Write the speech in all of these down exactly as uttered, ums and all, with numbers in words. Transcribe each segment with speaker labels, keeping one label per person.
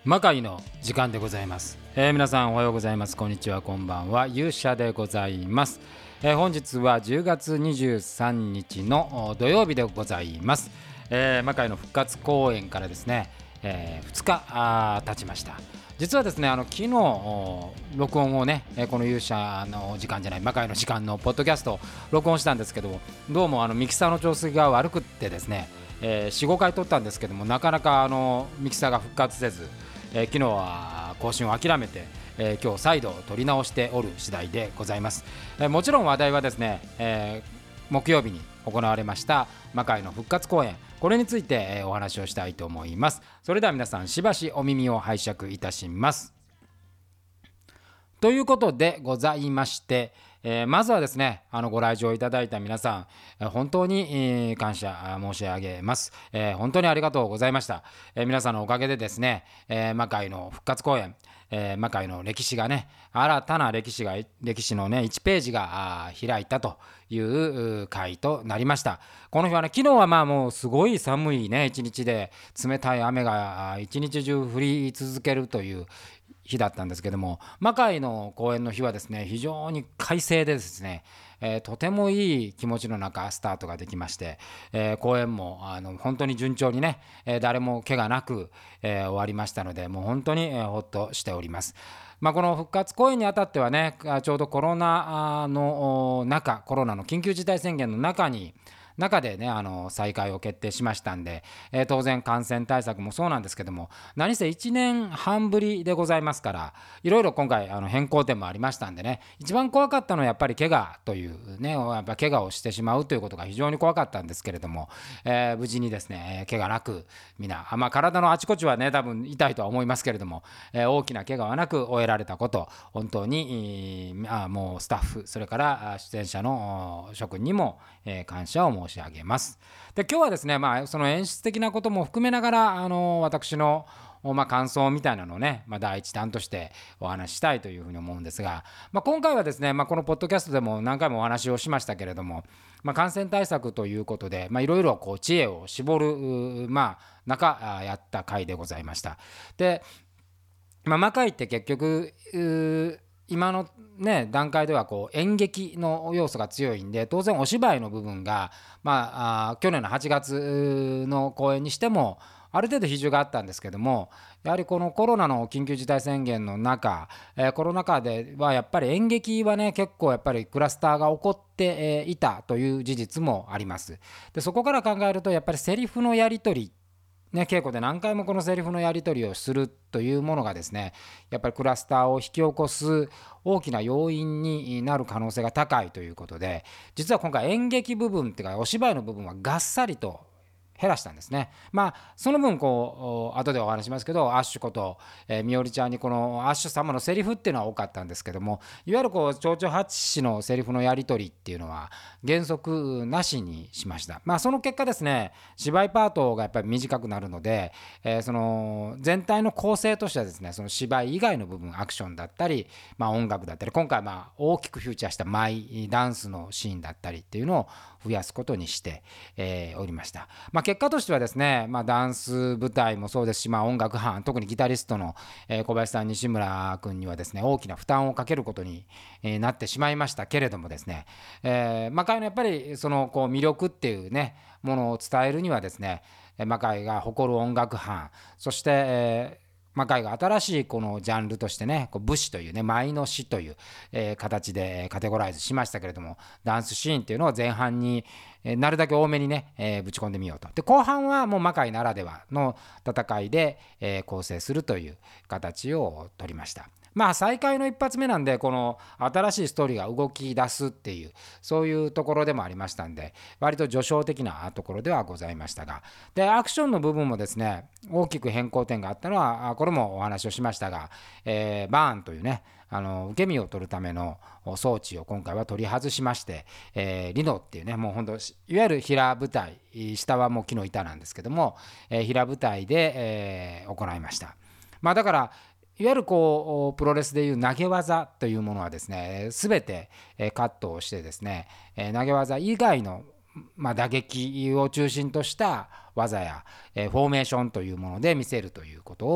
Speaker 1: 魔界の時間でございます、えー、皆さんおはようございます、こんにちは、こんばんは。勇者でございます、えー、本日はじゅうがつにじゅうさんにちの土曜日でございます、えー、魔界の復活公演からですね、えー、ふつか経ちました。実はですね、あの昨日録音をね、この勇者の時間じゃない魔界の時間のポッドキャストを録音したんですけど、どうもあのミキサーの調子が悪くってですね、えー、よん、ごかい撮ったんですけども、なかなかあのミキサーが復活せず、えー、昨日は更新を諦めて、えー、今日再度撮り直しておる次第でございます、えー、もちろん話題はですね、えー、木曜日に行われました魔界の復活公演、これについて、えー、お話をしたいと思います。それでは皆さんしばしお耳を拝借いたします。ということでございまして、えー、まずはですね、あのご来場いただいた皆さん、えー、本当に、えー、感謝申し上げます、えー、本当にありがとうございました、えー、皆さんのおかげでですね、えー、魔界の復活公演、えー、魔界の歴史がね、新たな歴史が歴史のねいちページが開いたという回となりました。この日はね、昨日はまあもうすごい寒いね一日で、冷たい雨が一日中降り続けるという日だったんですけども、魔界の公演の日はですね、非常に快晴でですね、えー、とてもいい気持ちの中スタートができまして、えー、公演もあの本当に順調にね、えー、誰も怪我なく、えー、終わりましたので、もう本当に、えー、ほっとしております。まあ、この復活公演にあたってはね、ちょうどコロナの中、コロナの緊急事態宣言の中に中でね、あの再開を決定しましたんで、えー、当然感染対策もそうなんですけども、何せいちねんはんぶりでございますから、いろいろ今回あの変更点もありましたんでね、一番怖かったのはやっぱり怪我というね、やっぱ怪我をしてしまうということが非常に怖かったんですけれども、えー、無事にですね、怪我なくみんな、まあ、体のあちこちはね多分痛いとは思いますけれども、えー、大きな怪我はなく終えられたこと、本当に、えー、あもうスタッフ、それから出演者の諸君にも、えー、感謝を申し上げます。で、今日はですね、まあ、その演出的なことも含めながら、あの私のまあ、感想みたいなのをね、まあ、第一弾としてお話ししたいというふうに思うんですが、まあ、今回はですね、まあ、このポッドキャストでも何回もお話をしましたけれども、まあ、感染対策ということでいろいろ知恵を絞る、まあ、中やった回でございました。で、まあ、魔界って結局今の、ね、段階ではこう演劇の要素が強いんで、当然お芝居の部分が、まあ、あ去年のはちがつの公演にしてもある程度比重があったんですけども、やはりこのコロナの緊急事態宣言の中、えー、コロナ禍ではやっぱり演劇はね結構やっぱりクラスターが起こっていたという事実もあります。で、そこから考えるとやっぱりセリフのやり取りね、稽古で何回もこのセリフのやり取りをするというものがですね、やっぱりクラスターを引き起こす大きな要因になる可能性が高いということで、実は今回演劇部分っていうかお芝居の部分はがっさりと減らしたんですね。まあその分こう後でお話しますけど、アッシュこと、えー、みおりちゃんにこのアッシュ様のセリフっていうのは多かったんですけども、いわゆるこう蝶々八氏のセリフのやり取りっていうのは原則なしにしました。まあその結果ですね、芝居パートがやっぱり短くなるので、えー、その全体の構成としてはですね、その芝居以外の部分、アクションだったり、まあ、音楽だったり、今回まあ大きくフューチャーした舞ダンスのシーンだったりっていうのを増やすことにして、えー、おりました。まあ、結果としてはですね、まあ、ダンス舞台もそうですし、まあ、音楽班、特にギタリストの、えー、小林さん、西村君にはですね、大きな負担をかけることに、えー、なってしまいましたけれどもですね、えー、魔界のやっぱりそのこう魅力っていうねものを伝えるにはですね、魔界が誇る音楽班、そして、えー魔界が新しいこのジャンルとしてね、こう武士というね、舞の詩という、えー、形でカテゴライズしましたけれども、ダンスシーンっていうのを前半に、えー、なるだけ多めにね、えー、ぶち込んでみようと。で、後半はもう魔界ならではの戦いで、えー、構成するという形を取りました。まあ再開の一発目なんで、この新しいストーリーが動き出すっていうそういうところでもありましたんで、割と序章的なところではございましたが、でアクションの部分もですね、大きく変更点があったのはこれもお話をしましたが、えー、バーンというね、あの受け身を取るための装置を今回は取り外しまして、えー、リノっていうね、もう本当いわゆる平舞台、下はもう木の板なんですけども、えー、平舞台で、えー、行いました。まあだからいわゆるこうプロレスでいう投げ技というものはですね、全てカットをしてですね、投げ技以外のまあ打撃を中心とした技やフォーメーションというもので見せるということを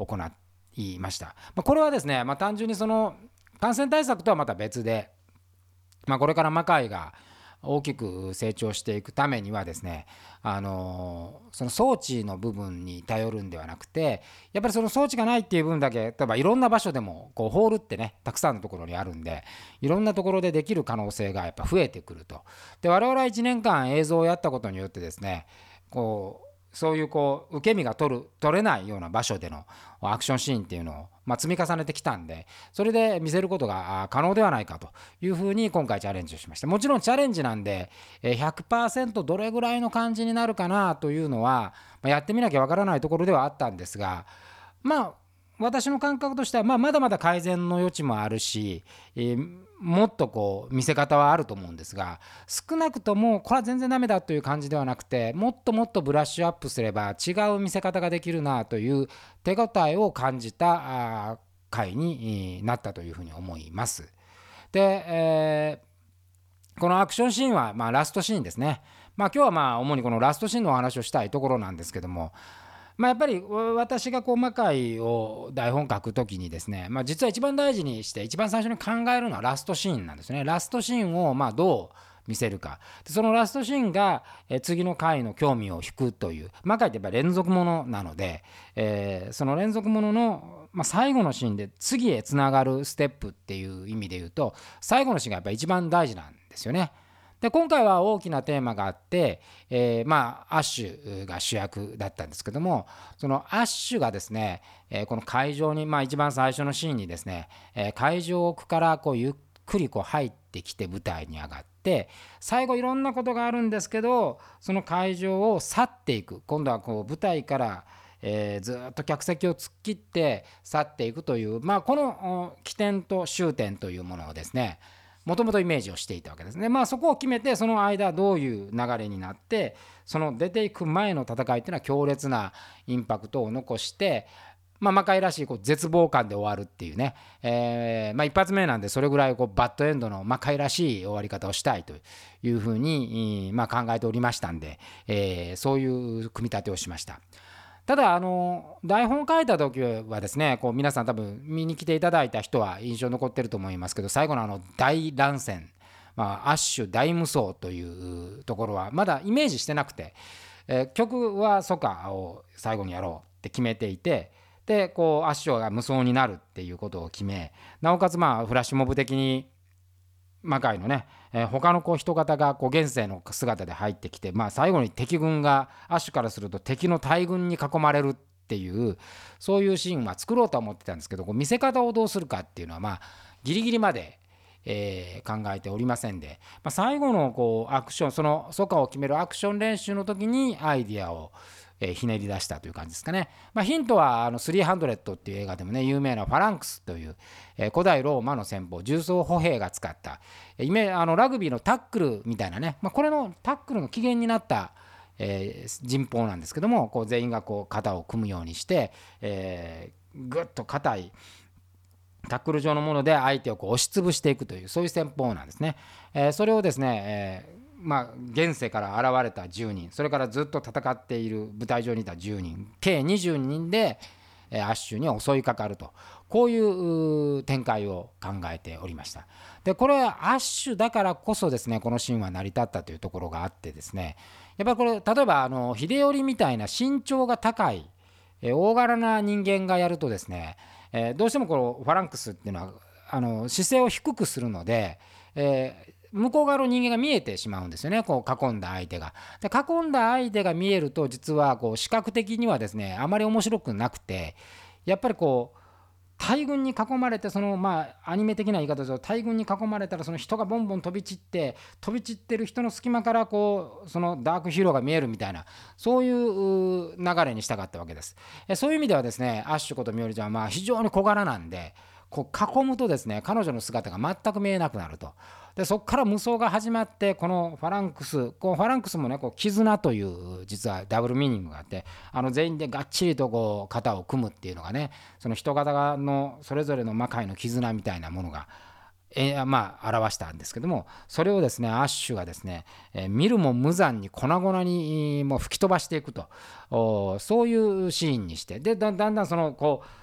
Speaker 1: 行いました。まあ、これはですね、まあ、単純にその感染対策とはまた別で、まあ、これから魔界が大きく成長していくためにはですね、あのその装置の部分に頼るんではなくて、やっぱりその装置がないっていう分だけ、例えばいろんな場所でもこうホールってねたくさんのところにあるんで、いろんなところでできる可能性がやっぱ増えてくると。で我々はいちねんかん映像をやったことによってですね、こうそういうこう受け身が取る取れないような場所でのアクションシーンっていうのをまあ積み重ねてきたんで、それで見せることが可能ではないかというふうに今回チャレンジをしました。もちろんチャレンジなんで ひゃくパーセント どれぐらいの感じになるかなというのはやってみなきゃわからないところではあったんですが、まあ私の感覚としては、まあ、まだまだ改善の余地もあるし、えー、もっとこう見せ方はあると思うんですが、少なくともこれは全然ダメだという感じではなくて、もっともっとブラッシュアップすれば違う見せ方ができるなという手応えを感じた回になったというふうに思います。で、えー、このアクションシーンはまあラストシーンですね。まあ、今日はまあ主にこのラストシーンのお話をしたいところなんですけども、まあ、やっぱり私がこう魔界を台本書くときにですね、まあ、実は一番大事にして一番最初に考えるのはラストシーンなんですね。ラストシーンをまあどう見せるか、そのラストシーンが次の回の興味を引くという、魔界ってやっぱり連続ものなので、えー、その連続もののまあ最後のシーンで次へつながるステップっていう意味で言うと、最後のシーンがやっぱり一番大事なんですよね。で今回は大きなテーマがあって、えー、まあアッシュが主役だったんですけども、そのアッシュがですね、えー、この会場に、まあ、一番最初のシーンにですね、えー、会場奥からこうゆっくりこう入ってきて舞台に上がって、最後いろんなことがあるんですけど、その会場を去っていく、今度はこう舞台からえー、ずっと客席を突っ切って去っていくという、まあ、この起点と終点というものをですね、もともとイメージをしていたわけですね。まあそこを決めて、その間どういう流れになって、その出ていく前の戦いっていうのは強烈なインパクトを残して、まあ魔界らしいこう絶望感で終わるっていうね、えー、まあ一発目なんでそれぐらいこうバッドエンドの魔界らしい終わり方をしたいというふうにまあ考えておりましたんで、えー、そういう組み立てをしました。ただあの台本を書いた時はですね、こう皆さん多分見に来ていただいた人は印象残ってると思いますけど、最後のあの大乱戦、まあ、アッシュ大無双というところはまだイメージしてなくて、えー、曲はソカを最後にやろうって決めていて、でこうアッシュが無双になるっていうことを決め、なおかつまあフラッシュモブ的に魔界のね、えー、他のこう人型がこう現世の姿で入ってきて、まあ、最後に敵軍がアッシュからすると敵の大軍に囲まれるっていうそういうシーンは作ろうとは思ってたんですけど、こう見せ方をどうするかっていうのはまあギリギリまで、えー、考えておりませんで、まあ、最後のこうアクション、そのソカを決めるアクション練習の時にアイディアをえー、ひねり出したという感じですかね。まあ、ヒントはあのさんびゃくっていう映画でもね有名なファランクスという、えー、古代ローマの戦法、重装歩兵が使った、えー、あのラグビーのタックルみたいなね、まあ、これのタックルの起源になった、えー、人法なんですけども、こう全員がこう肩を組むようにして、えー、ぐっと硬いタックル状のもので相手をこう押しつぶしていくという、そういう戦法なんですね。えー、それをですね、えーまあ、現世から現れたじゅうにん、それからずっと戦っている舞台上にいたじゅうにん、計にじゅうにんでアッシュに襲いかかると、こういう展開を考えておりました。でこれはアッシュだからこそですね、このシーンは成り立ったというところがあってですね、やっぱりこれ例えばあの秀頼みたいな身長が高い、え大柄な人間がやるとですね、えどうしてもこのファランクスっていうのはあの姿勢を低くするので、えー向こう側の人間が見えてしまうんですよね、こう囲んだ相手が。で囲んだ相手が見えると、実はこう視覚的にはですねあまり面白くなくて、やっぱりこう大軍に囲まれて、そのまあアニメ的な言い方ですと、大軍に囲まれたらその人がボンボン飛び散って、飛び散ってる人の隙間からこうそのダークヒーローが見えるみたいな、そういう流れにしたかったわけです。そういう意味ではですね、アッシュことみおりちゃんはまあ非常に小柄なんで、こう囲むとですね彼女の姿が全く見えなくなると。でそこから無双が始まって、このファランクス、こうファランクスもねこう絆という実はダブルミーニングがあって、あの全員でがっちりとこう肩を組むっていうのがね、その人型のそれぞれの魔界の絆みたいなものがえー、まあ表したんですけども、それをですねアッシュがですね、えー、見るも無残に粉々にもう吹き飛ばしていくと、そういうシーンにして、でだんだんそのこう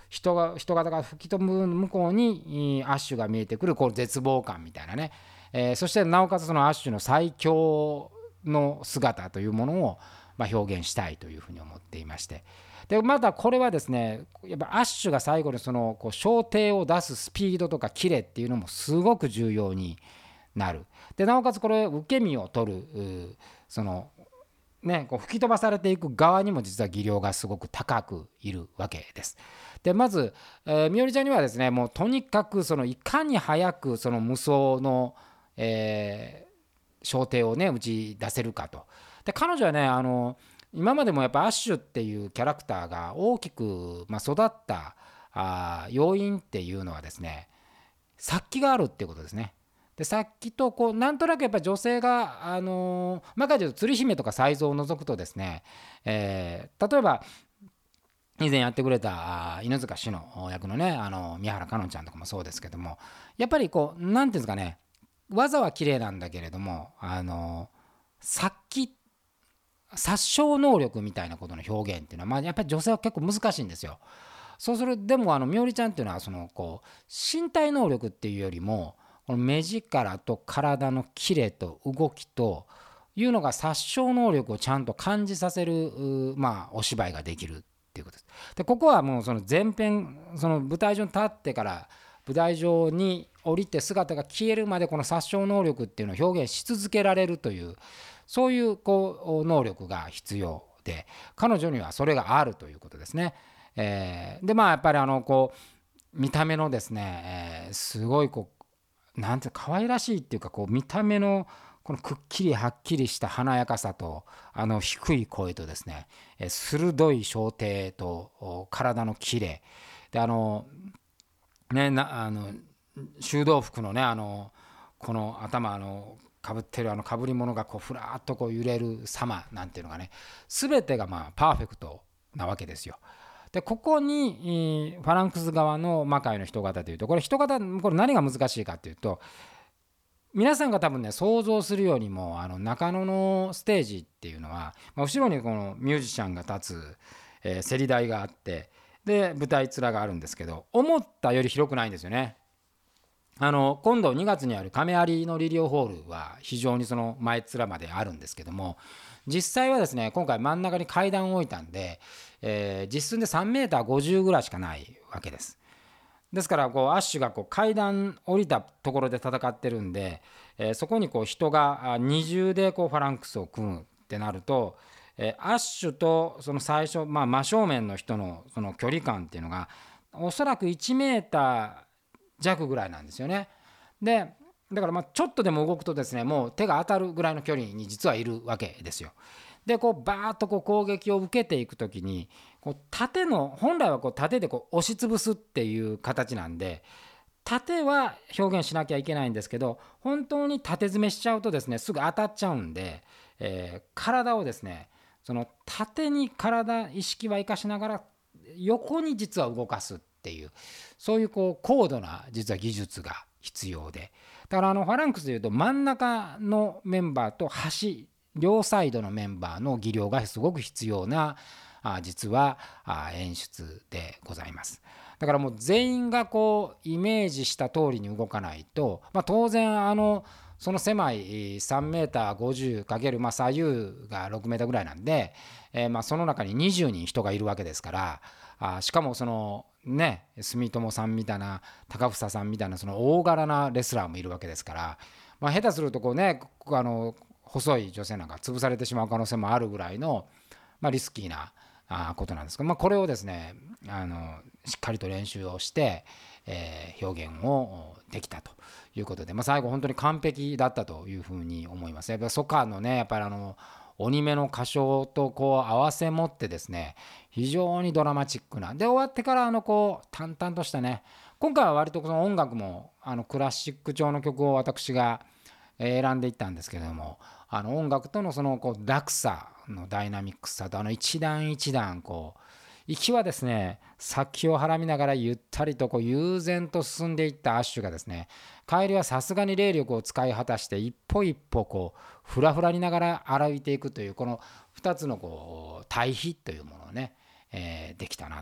Speaker 1: 人が人型が吹き飛ぶ向こうにアッシュが見えてくるこの絶望感みたいなね、えー、そしてなおかつそのアッシュの最強の姿というものをまあ表現したいというふうに思っていまして、でまたこれはですねやっぱアッシュが最後にそのこう小艇を出すスピードとかキレっていうのもすごく重要になる。でなおかつこれ受け身を取るそのねこう吹き飛ばされていく側にも実は技量がすごく高くいるわけです。でまず、えー、みおりちゃんにはですねもうとにかくそのいかに早くその無双の、えー、小艇をね打ち出せるかと。で彼女はねあの今までもやっぱアッシュっていうキャラクターが大きく、まあ、育ったあ要因っていうのはですね殺気があるっていうことですね。で殺気とこうなんとなくやっぱり女性があのー、まあ言うと鶴姫とか才蔵を除くとですね、えー、例えば以前やってくれた犬塚志乃役のねあの宮原香音ちゃんとかもそうですけども、やっぱりこうなんていうんですかね技は綺麗なんだけれどもあの殺気殺傷能力みたいなことの表現っていうのは、まあ、やっぱり女性は結構難しいんですよ。そうするでもあのみおりちゃんっていうのはそのこう身体能力っていうよりもこの目力と体のキレと動きというのが殺傷能力をちゃんと感じさせる、まあ、お芝居ができるっていうことです。でここはもうその前編その舞台上に立ってから舞台上に降りて姿が消えるまでこの殺傷能力っていうのを表現し続けられるというそういうこう能力が必要で彼女にはそれがあるということですね。えー、でまあやっぱりあのこう見た目のですね、えー、すごいこうなんて可愛らしいっていうかこう見た目のこのくっきりはっきりした華やかさとあの低い声とですね、えー、鋭い小艇と体のキレであのねなあの修道服のねあのこの頭あのかぶってるあのかぶり物がこうふらっとこう揺れる様なんていうのがね全てがまあパーフェクトなわけですよ。でここにファランクス側の魔界の人型というとこれ人型これ何が難しいかというと皆さんが多分ね想像するよりもあの中野のステージっていうのは、まあ、後ろにこのミュージシャンが立つ、えー、せり台があってで舞台面があるんですけど思ったより広くないんですよね。あの今度にがつにある亀有のリリオホールは非常にその前面まであるんですけども実際はですね今回真ん中に階段を置いたんで、えー、実寸でさんメーターごじゅうぐらいしかないわけです。ですからこうアッシュがこう階段降りたところで戦ってるんで、えー、そこにこう人が二重でこうファランクスを組むってなると、えー、アッシュとその最初、まあ、真正面の人のその距離感っていうのがおそらくいちメーター弱ぐらいなんですよね。でだからまあちょっとでも動くとですねもう手が当たるぐらいの距離に実はいるわけですよ。でこうバーッとこう攻撃を受けていくときにこう縦の本来はこう縦でこう押しつぶすっていう形なんで縦は表現しなきゃいけないんですけど本当に縦詰めしちゃうとですねすぐ当たっちゃうんで、えー、体をですねその縦に体意識は生かしながら横に実は動かすっていうそういうこう高度な実は技術が必要でだからあのファランクスでいうと真ん中のメンバーと端両サイドのメンバーの技量がすごく必要なあ実はあ演出でございます。だからもう全員がこうイメージした通りに動かないと、まあ、当然あのその狭いさんメーターごじゅうかけるまあ左右がろくメーターぐらいなんで、えー、まあその中ににじゅうにん人がいるわけですからあしかもそのね住友さんみたいな高房さんみたいなその大柄なレスラーもいるわけですから、まあ、下手するとこうねあの細い女性なんか潰されてしまう可能性もあるぐらいの、まあ、リスキーなあことなんですけど、まあ、これをですねあのしっかりと練習をして、えー、表現をできたということで、まあ、最後本当に完璧だったというふうに思います。やっぱりソカのねやっぱりあの鬼目の歌唱とこう合わせ持ってですね非常にドラマチックなで終わってからあのこう淡々としたね今回は割とその音楽もあのクラシック調の曲を私が選んでいったんですけれどもあの音楽とのそのこう落差のダイナミックさとあの一段一段こう行きはですね先をはらみながらゆったりとこう悠然と進んでいったアッシュがですね帰りはさすがに霊力を使い果たして一歩一歩こうふらふらにながら歩いていくというこのふたつのこう対比というものをね、えー、できたなと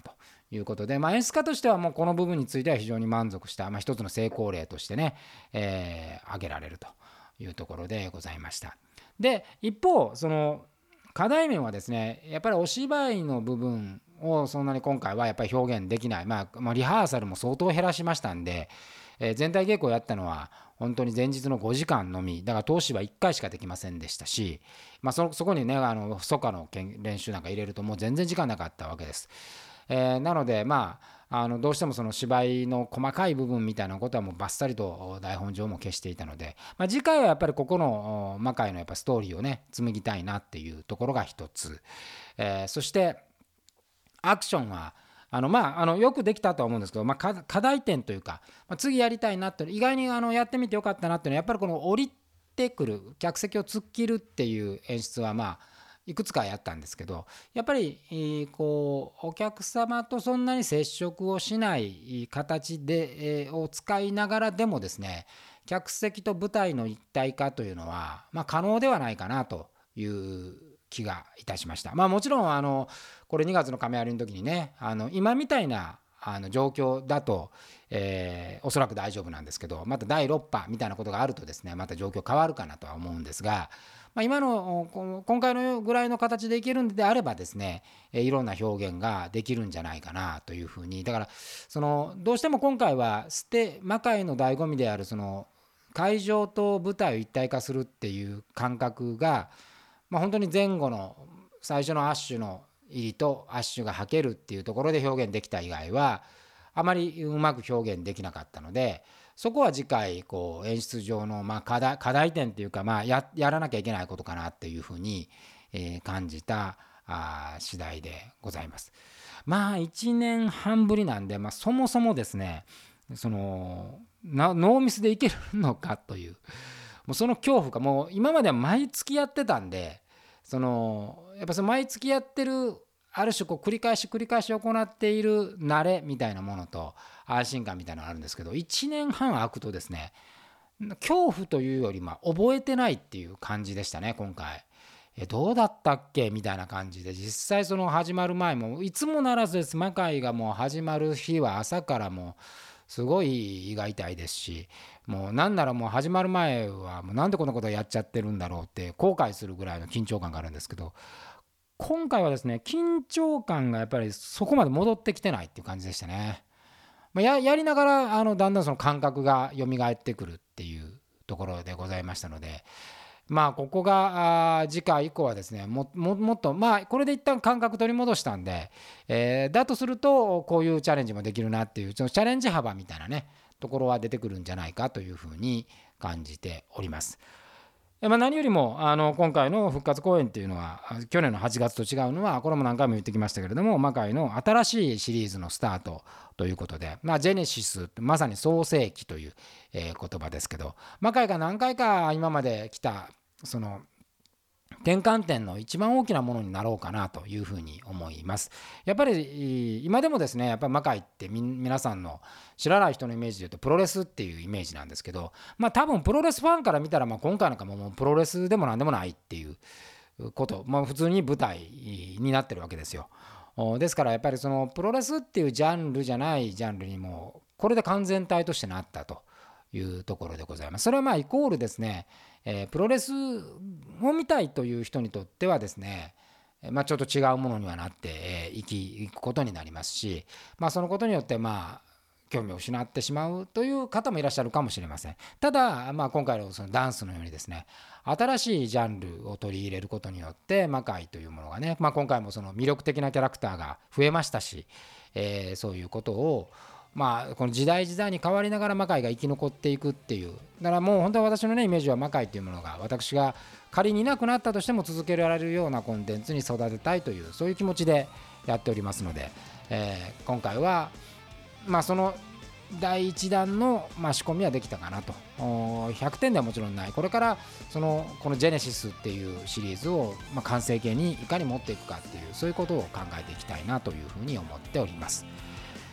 Speaker 1: いうことで、まあ、演出家としてはもうこの部分については非常に満足した、まあ、一つの成功例としてね、えー、挙げられるというところでございました。で一方その課題面はですね、やっぱりお芝居の部分をそんなに今回はやっぱり表現できない、まあ、まあリハーサルも相当減らしましたんで、えー、全体稽古をやったのは本当に前日のごじかんのみだから、通しはいっかいしかできませんでしたし、まあ、そ, そこにねあの初夏の練習なんか入れるともう全然時間なかったわけです。えー、なのでまああのどうしてもその芝居の細かい部分みたいなことはもうバッサリと台本上も消していたので、まあ、次回はやっぱりここの魔界のやっぱストーリーをね紡ぎたいなっていうところが一つ、えー、そしてアクションはあのまああのよくできたとは思うんですけど、まあ、課題点というか、まあ、次やりたいなって意外にあのやってみてよかったなっていうのはやっぱりこの降りてくる客席を突っ切るっていう演出はまあいくつかやったんですけど、やっぱりこうお客様とそんなに接触をしない形でを使いながらでもですね、客席と舞台の一体化というのはまあ可能ではないかなという気がいたしました。まあもちろんあのこれにがつの亀有の時にね、あの今みたいなあの状況だと、えー、おそらく大丈夫なんですけど、まただいろく波みたいなことがあるとですね、また状況変わるかなとは思うんですが、まあ、今の今回のぐらいの形でいけるんであればですね、いろんな表現ができるんじゃないかなというふうに、だからそのどうしても今回はステ魔界の醍醐味であるその会場と舞台を一体化するっていう感覚が、まあ、本当に前後の最初のアッシュの入りとアッシュがはけるっていうところで表現できた以外はあまりうまく表現できなかったので、そこは次回こう演出上のまあ課題、課題点というか、まあ や, やらなきゃいけないことかなっていうふうに、えー、感じたあ次第でございます。まあいちねんはんぶりなんで、まあ、そもそもですねそのノーミスでいけるのかという、もうその恐怖がもう今までは毎月やってたんで、そのやっぱその毎月やってるある種こう繰り返し繰り返し行っている慣れみたいなものと安心感みたいなのがあるんですけど、いちねんはん空くとですね、恐怖というよりまあ覚えてないっていう感じでしたね今回。えどうだったっけみたいな感じで、実際その始まる前もいつもならずです。魔界がもう始まる日は朝からもうすごい胃が痛いですし、もうなんならもう始まる前はもうなんでこんなことやっちゃってるんだろうって後悔するぐらいの緊張感があるんですけど、今回はですね緊張感がやっぱりそこまで戻ってきてないっていう感じでしたね。まあ、や, やりながらあのだんだんその感覚が蘇ってくるっていうところでございましたので、まあここが次回以降はですね も, も, もっとまあこれで一旦感覚取り戻したんで、えー、だとするとこういうチャレンジもできるなっていうそのチャレンジ幅みたいなねところは出てくるんじゃないかというふうに感じております。まあ、何よりもあの今回の復活公演っていうのは去年のはちがつと違うのは、これも何回も言ってきましたけれども、魔界の新しいシリーズのスタートということで、まあ、ジェネシスまさに創世記という、えー、言葉ですけど、魔界が何回か今まで来たその転換点の一番大きなものになろうかなというふうに思います。やっぱり今でもですね、やっぱり魔界って皆さんの知らない人のイメージで言うとプロレスっていうイメージなんですけど、まあ多分プロレスファンから見たらまあ今回なんかもうプロレスでもなんでもないっていうこと、まあ普通に舞台になってるわけですよ。ですからやっぱりそのプロレスっていうジャンルじゃないジャンルにもこれで完全体としてなったというところでございます。それはまあイコールですね、えー、プロレスを見たいという人にとってはですね、まあ、ちょっと違うものにはなっていきくことになりますし、まあ、そのことによってまあ興味を失ってしまうという方もいらっしゃるかもしれません。ただ、まあ、今回のそのダンスのようにですね、新しいジャンルを取り入れることによって魔界というものがね、まあ、今回もその魅力的なキャラクターが増えましたし、えー、そういうことをまあ、この時代時代に変わりながら魔界が生き残っていくっていう、だからもう本当は私のねイメージは魔界っていうものが私が仮にいなくなったとしても続けられるようなコンテンツに育てたいというそういう気持ちでやっておりますので、えー、今回はまあそのだいいちだんのまあ仕込みはできたかなと。ひゃくてんではもちろんない、これからそのこのジェネシスっていうシリーズをまあ完成形にいかに持っていくかっていうそういうことを考えていきたいなというふうに思っております。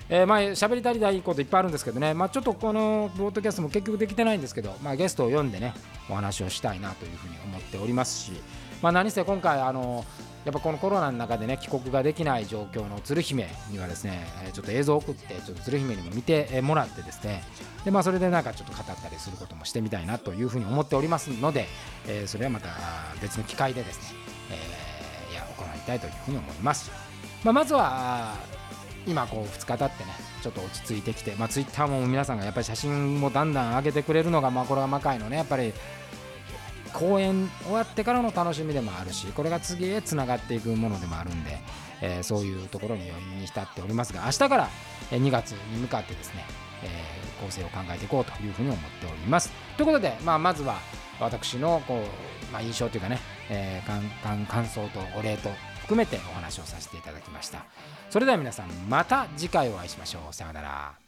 Speaker 1: えー、まあ喋りたりたいこといっぱいあるんですけどね、まあ、ちょっとこのポッドキャストも結局できてないんですけど、まあ、ゲストを呼んでねお話をしたいなというふうに思っておりますし、まあ、何せ今回あのやっぱこのコロナの中でね帰国ができない状況の鶴姫にはですねちょっと映像を送ってちょっと鶴姫にも見てもらってですね、で、まあ、それでなんかちょっと語ったりすることもしてみたいなというふうに思っておりますので、えー、それはまた別の機会でですね、えー、いや行いたいというふうに思います。まあ、まずは今こうふつか経ってねちょっと落ち着いてきて、まあ、ツイッターも皆さんがやっぱり写真もだんだん上げてくれるのが、まあ、これは魔界のねやっぱり公演終わってからの楽しみでもあるし、これが次へつながっていくものでもあるんで、えー、そういうところに余韻に浸っておりますが、明日からにがつに向かってですね、えー、構成を考えていこうというふうに思っております。ということで、まあ、まずは私のこう、まあ、印象というかね、えー、感想とお礼と含めてお話をさせていただきました。それでは皆さんまた次回お会いしましょう。さようなら。